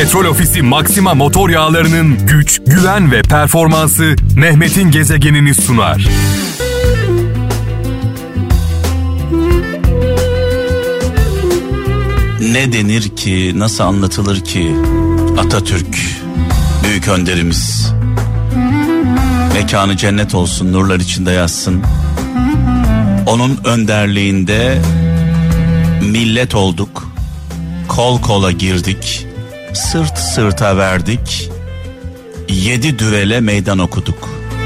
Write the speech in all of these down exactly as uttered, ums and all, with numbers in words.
Petrol Ofisi Maxima motor yağlarının güç, güven ve performansı Mehmet'in gezegenini sunar. Ne denir ki, nasıl anlatılır ki Atatürk, büyük önderimiz, mekanı cennet olsun, nurlar içinde yatsın. Onun önderliğinde millet olduk, kol kola girdik, sırt sırta verdik, yedi düvele meydan okuduk.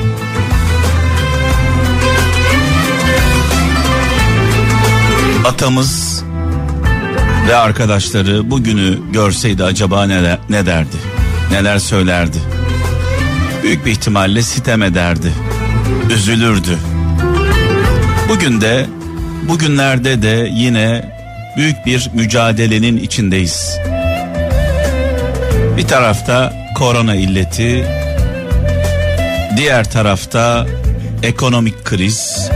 Atamız ve arkadaşları bugünü görseydi acaba neler, ne derdi, neler söylerdi? Büyük bir ihtimalle sitem ederdi, üzülürdü. Bugün de, bugünlerde de yine büyük bir mücadelenin içindeyiz. Bir tarafta korona illeti, diğer tarafta ekonomik kriz.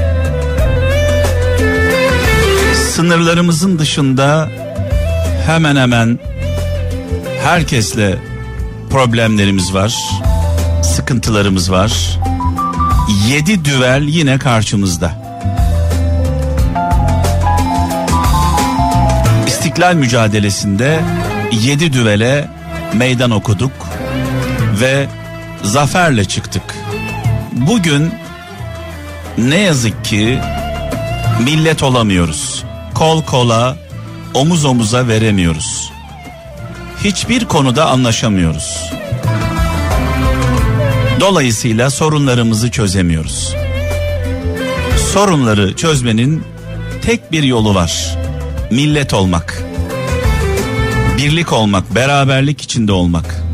Sınırlarımızın dışında hemen hemen herkesle problemlerimiz var, sıkıntılarımız var. Yedi düvel yine karşımızda. İstiklal mücadelesinde yedi düvele meydan okuduk ve zaferle çıktık. Bugün ne yazık ki millet olamıyoruz. Kol kola, omuz omuza veremiyoruz. Hiçbir konuda anlaşamıyoruz. Dolayısıyla sorunlarımızı çözemiyoruz. Sorunları çözmenin tek bir yolu var. Millet olmak. Birlik olmak, beraberlik içinde olmak.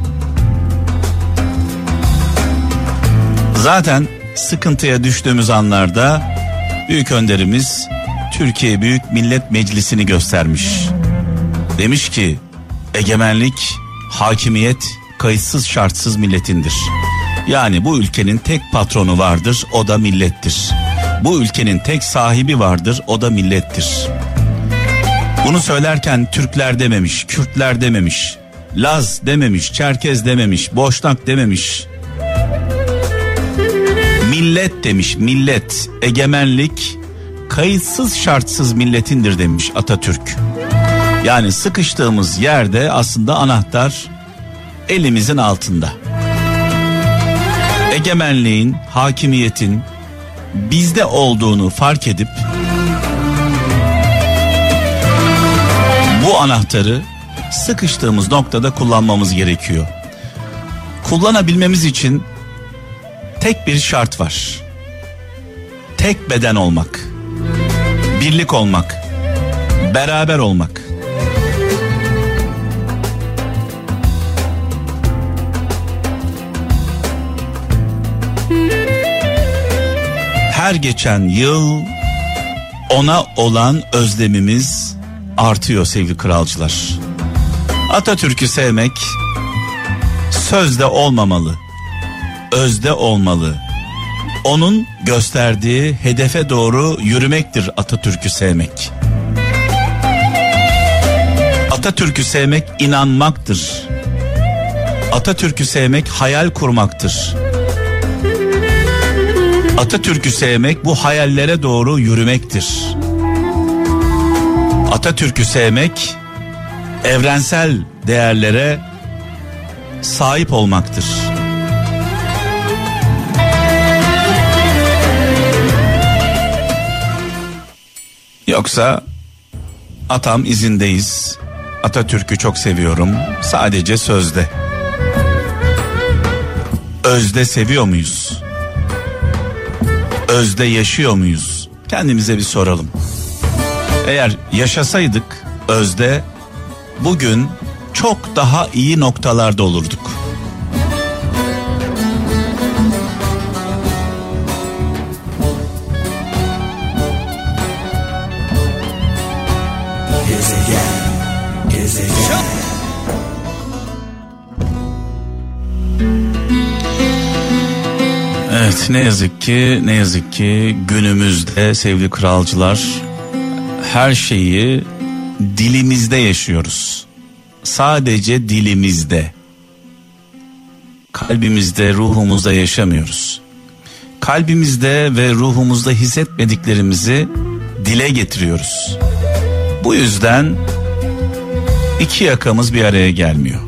Zaten sıkıntıya düştüğümüz anlarda büyük önderimiz Türkiye Büyük Millet Meclisi'ni göstermiş. Demiş ki egemenlik, hakimiyet kayıtsız şartsız milletindir. Yani bu ülkenin tek patronu vardır, o da millettir. Bu ülkenin tek sahibi vardır, o da millettir. Bunu söylerken Türkler dememiş, Kürtler dememiş, Laz dememiş, Çerkez dememiş, Boşnak dememiş. Millet demiş, millet, egemenlik kayıtsız şartsız milletindir demiş Atatürk. Yani sıkıştığımız yerde aslında anahtar elimizin altında. Egemenliğin, hakimiyetin bizde olduğunu fark edip bu anahtarı sıkıştığımız noktada kullanmamız gerekiyor. Kullanabilmemiz için tek bir şart var. Tek beden olmak, birlik olmak, beraber olmak. Her geçen yıl ona olan özlemimiz artıyor sevgili kralcılar. Atatürk'ü sevmek sözde olmamalı, özde olmalı. Onun gösterdiği hedefe doğru yürümektir Atatürk'ü sevmek. Atatürk'ü sevmek inanmaktır. Atatürk'ü sevmek hayal kurmaktır. Atatürk'ü sevmek bu hayallere doğru yürümektir. Atatürk'ü sevmek evrensel değerlere sahip olmaktır. Yoksa atam izindeyiz, Atatürk'ü çok seviyorum, sadece sözde. Özde seviyor muyuz? Özde yaşıyor muyuz? Kendimize bir soralım. Eğer yaşasaydık özde, bugün çok daha iyi noktalarda olurduk. Evet, ne yazık ki ne yazık ki günümüzde sevgili kralcılar her şeyi dilimizde yaşıyoruz. sadece dilimizde, kalbimizde, ruhumuzda yaşamıyoruz. Kalbimizde ve ruhumuzda hissetmediklerimizi dile getiriyoruz. Bu yüzden iki yakamız bir araya gelmiyor.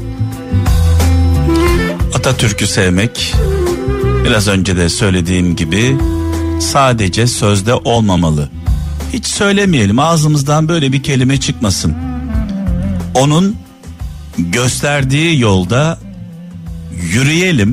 Atatürk'ü sevmek, biraz önce de söylediğim gibi, sadece sözde olmamalı. Hiç söylemeyelim, ağzımızdan böyle bir kelime çıkmasın. Onun gösterdiği yolda yürüyelim.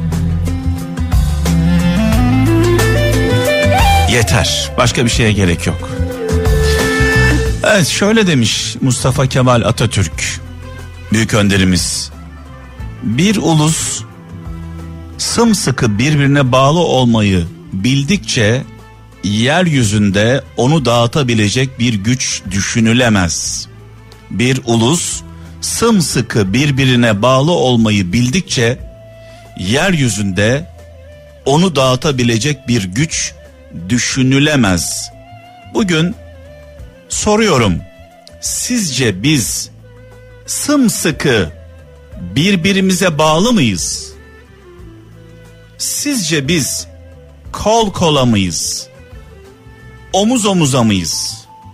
Yeter. Başka bir şeye gerek yok. Evet, şöyle demiş Mustafa Kemal Atatürk, büyük önderimiz. Bir ulus sımsıkı birbirine bağlı olmayı bildikçe yeryüzünde onu dağıtabilecek bir güç düşünülemez. Bir ulus sımsıkı birbirine bağlı olmayı bildikçe yeryüzünde onu dağıtabilecek bir güç düşünülemez. Bugün soruyorum, sizce biz sımsıkı birbirimize bağlı mıyız? Sizce biz kol kola mıyız? Omuz omuza mıyız?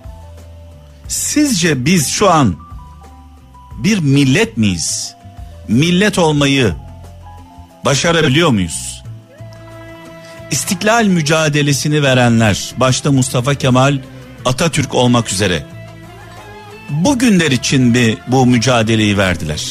Sizce biz şu an bir millet miyiz? Millet olmayı başarabiliyor muyuz? İstiklal mücadelesini verenler, başta Mustafa Kemal Atatürk olmak üzere, bugünler için mi bu mücadeleyi verdiler?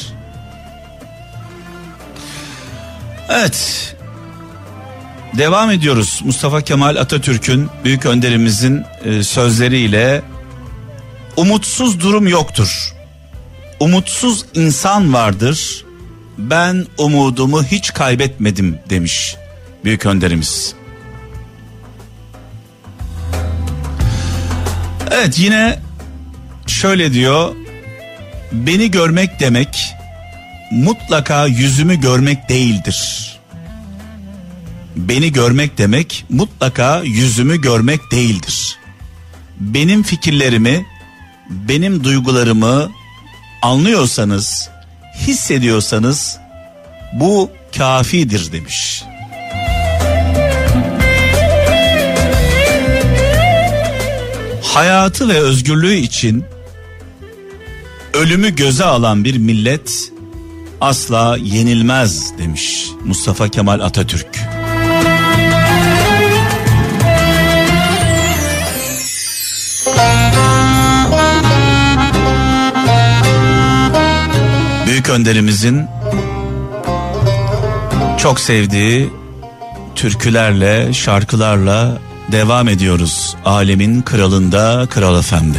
Evet, devam ediyoruz. Mustafa Kemal Atatürk'ün, büyük önderimizin e, sözleriyle, umutsuz durum yoktur. Umutsuz insan vardır. Ben umudumu hiç kaybetmedim demiş büyük önderimiz. Evet, yine şöyle diyor. Beni görmek demek mutlaka yüzümü görmek değildir. Beni görmek demek mutlaka yüzümü görmek değildir. Benim fikirlerimi, benim duygularımı anlıyorsanız, hissediyorsanız bu kafidir demiş. Hayatı ve özgürlüğü için ölümü göze alan bir millet asla yenilmez demiş Mustafa Kemal Atatürk. Büyük önderimizin çok sevdiği türkülerle, şarkılarla devam ediyoruz. Alemin kralında, Kral Efendi.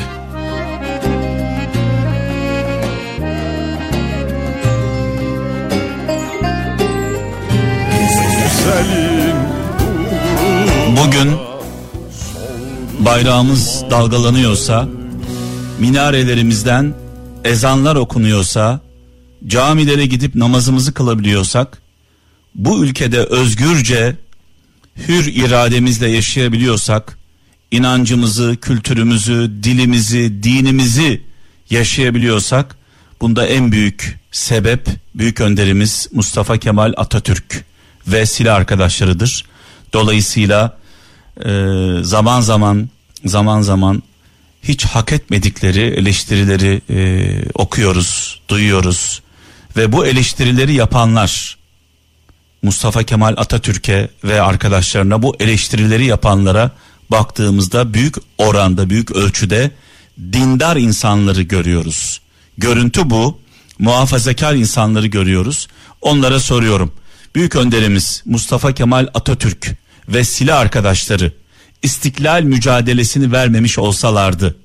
Bugün bayrağımız dalgalanıyorsa, minarelerimizden ezanlar okunuyorsa, camilere gidip namazımızı kılabiliyorsak, bu ülkede özgürce, hür irademizle yaşayabiliyorsak, inancımızı, kültürümüzü, dilimizi, dinimizi yaşayabiliyorsak, bunda en büyük sebep büyük önderimiz Mustafa Kemal Atatürk ve silah arkadaşlarıdır. Dolayısıyla e, zaman zaman zaman zaman hiç hak etmedikleri eleştirileri e, okuyoruz, duyuyoruz ve bu eleştirileri yapanlar, Mustafa Kemal Atatürk'e ve arkadaşlarına, bu eleştirileri yapanlara baktığımızda büyük oranda, büyük ölçüde dindar insanları görüyoruz. Görüntü bu. Muhafazakar insanları görüyoruz. Onlara soruyorum. Büyük önderimiz Mustafa Kemal Atatürk ve silah arkadaşları İstiklal mücadelesini vermemiş olsalardı,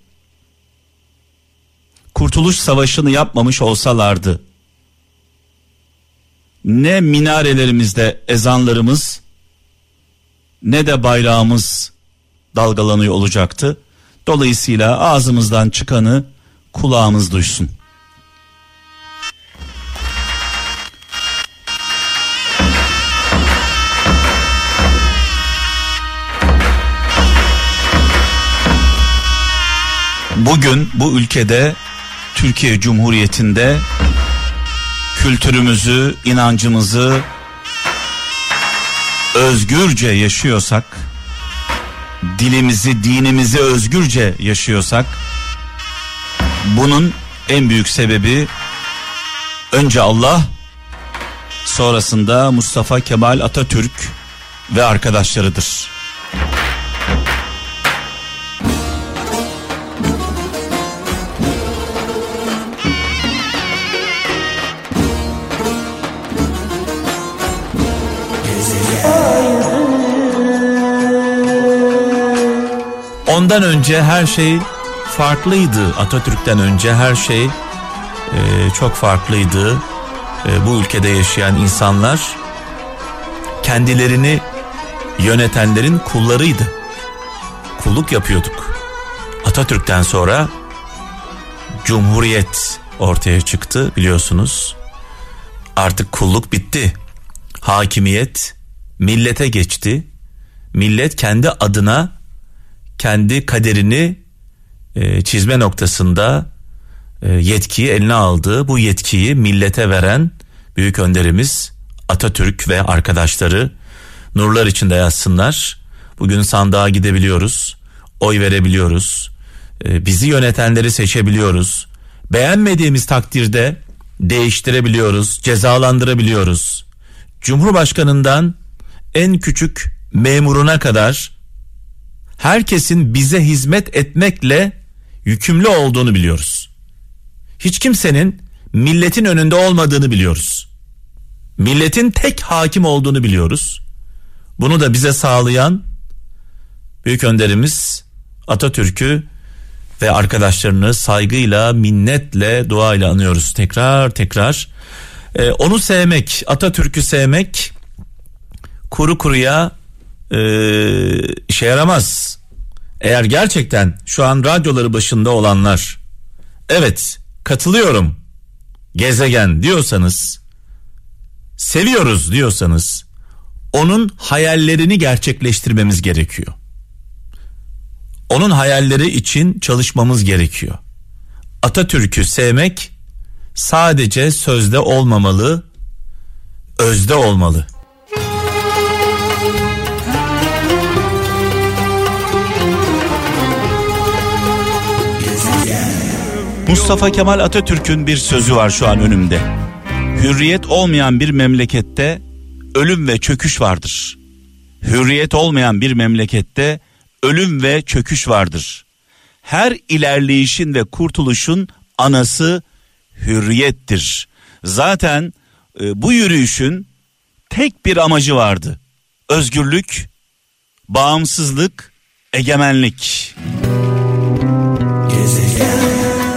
Kurtuluş Savaşı'nı yapmamış olsalardı, ne minarelerimizde ezanlarımız ne de bayrağımız dalgalanıyor olacaktı. Dolayısıyla ağzımızdan çıkanı kulağımız duysun. Bugün bu ülkede, Türkiye Cumhuriyeti'nde kültürümüzü, inancımızı özgürce yaşıyorsak, dilimizi, dinimizi özgürce yaşıyorsak, bunun en büyük sebebi önce Allah, sonrasında Mustafa Kemal Atatürk ve arkadaşlarıdır. Ondan önce her şey farklıydı. Atatürk'ten önce her şey e, çok farklıydı. E, bu ülkede yaşayan insanlar kendilerini yönetenlerin kullarıydı. Kulluk yapıyorduk. Atatürk'ten sonra Cumhuriyet ortaya çıktı, biliyorsunuz. Artık kulluk bitti. Hakimiyet millete geçti. Millet kendi adına kendi kaderini e, çizme noktasında e, yetkiyi eline aldı. Bu yetkiyi millete veren büyük önderimiz Atatürk ve arkadaşları nurlar içinde yatsınlar. Bugün sandığa gidebiliyoruz, oy verebiliyoruz, e, bizi yönetenleri seçebiliyoruz. Beğenmediğimiz takdirde değiştirebiliyoruz, cezalandırabiliyoruz. Cumhurbaşkanından en küçük memuruna kadar herkesin bize hizmet etmekle yükümlü olduğunu biliyoruz. Hiç kimsenin milletin önünde olmadığını biliyoruz. Milletin tek hakim olduğunu biliyoruz. Bunu da bize sağlayan büyük önderimiz Atatürk'ü ve arkadaşlarını saygıyla, minnetle, duayla anıyoruz tekrar tekrar. Ee, onu sevmek, Atatürk'ü sevmek kuru kuruya Ee, işe yaramaz. Eğer gerçekten şu an radyoları başında olanlar, evet katılıyorum, gezegen diyorsanız, seviyoruz diyorsanız, onun hayallerini gerçekleştirmemiz gerekiyor. Onun hayalleri için çalışmamız gerekiyor. Atatürk'ü sevmek sadece sözde olmamalı, özde olmalı. Mustafa Kemal Atatürk'ün bir sözü var şu an önümde. Hürriyet olmayan bir memlekette ölüm ve çöküş vardır. Hürriyet olmayan bir memlekette ölüm ve çöküş vardır. Her ilerleyişin ve kurtuluşun anası hürriyettir. Zaten e, bu yürüyüşün tek bir amacı vardı. Özgürlük, bağımsızlık, egemenlik. Gezegen.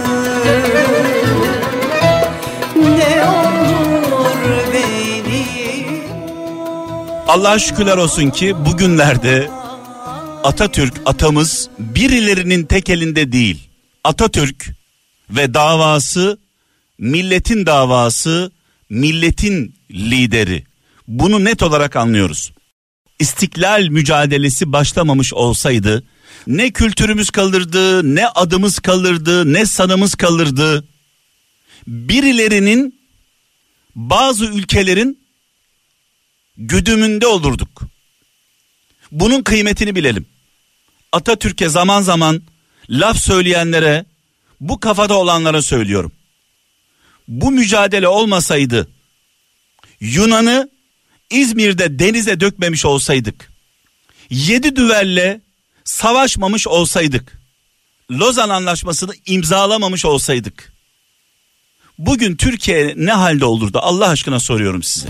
Allah'a şükürler olsun ki bugünlerde Atatürk atamız birilerinin tek elinde değil. Atatürk ve davası milletin davası, milletin lideri. Bunu net olarak anlıyoruz. İstiklal mücadelesi başlamamış olsaydı ne kültürümüz kalırdı, ne adımız kalırdı, ne sanımız kalırdı. Birilerinin, bazı ülkelerin güdümünde olurduk. Bunun kıymetini bilelim. Atatürk'e zaman zaman laf söyleyenlere, bu kafada olanlara söylüyorum. Bu mücadele olmasaydı, Yunan'ı İzmir'de denize dökmemiş olsaydık, yedi düvelle savaşmamış olsaydık, Lozan Anlaşması'nı imzalamamış olsaydık, bugün Türkiye ne halde olurdu? Allah aşkına soruyorum size.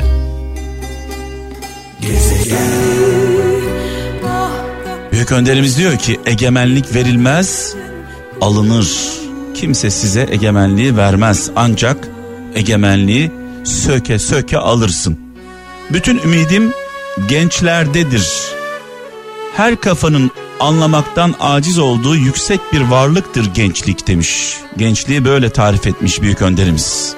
Gezegen. Büyük önderimiz diyor ki egemenlik verilmez, alınır. Kimse size egemenliği vermez, ancak egemenliği söke söke alırsın. Bütün ümidim gençlerdedir. Her kafanın anlamaktan aciz olduğu yüksek bir varlıktır gençlik demiş. Gençliği böyle tarif etmiş büyük önderimiz.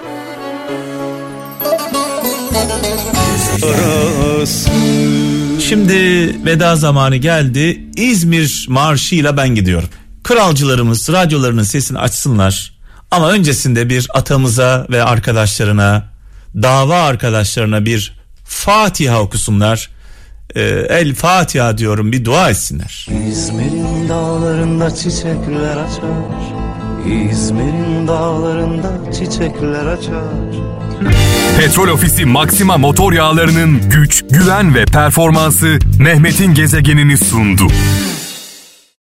Şimdi veda zamanı geldi. İzmir marşıyla ben gidiyorum. Kralcılarımız radyolarının sesini açsınlar. Ama öncesinde bir atamıza ve arkadaşlarına dava arkadaşlarına bir Fatiha okusunlar. Ee, El Fatiha diyorum, bir dua etsinler. İzmir'in dağlarında çiçekler açar. İzmir'in dağlarında çiçekler açar. Petrol Ofisi Maxima motor yağlarının güç, güven ve performansı Mehmet'in gezegenini sundu.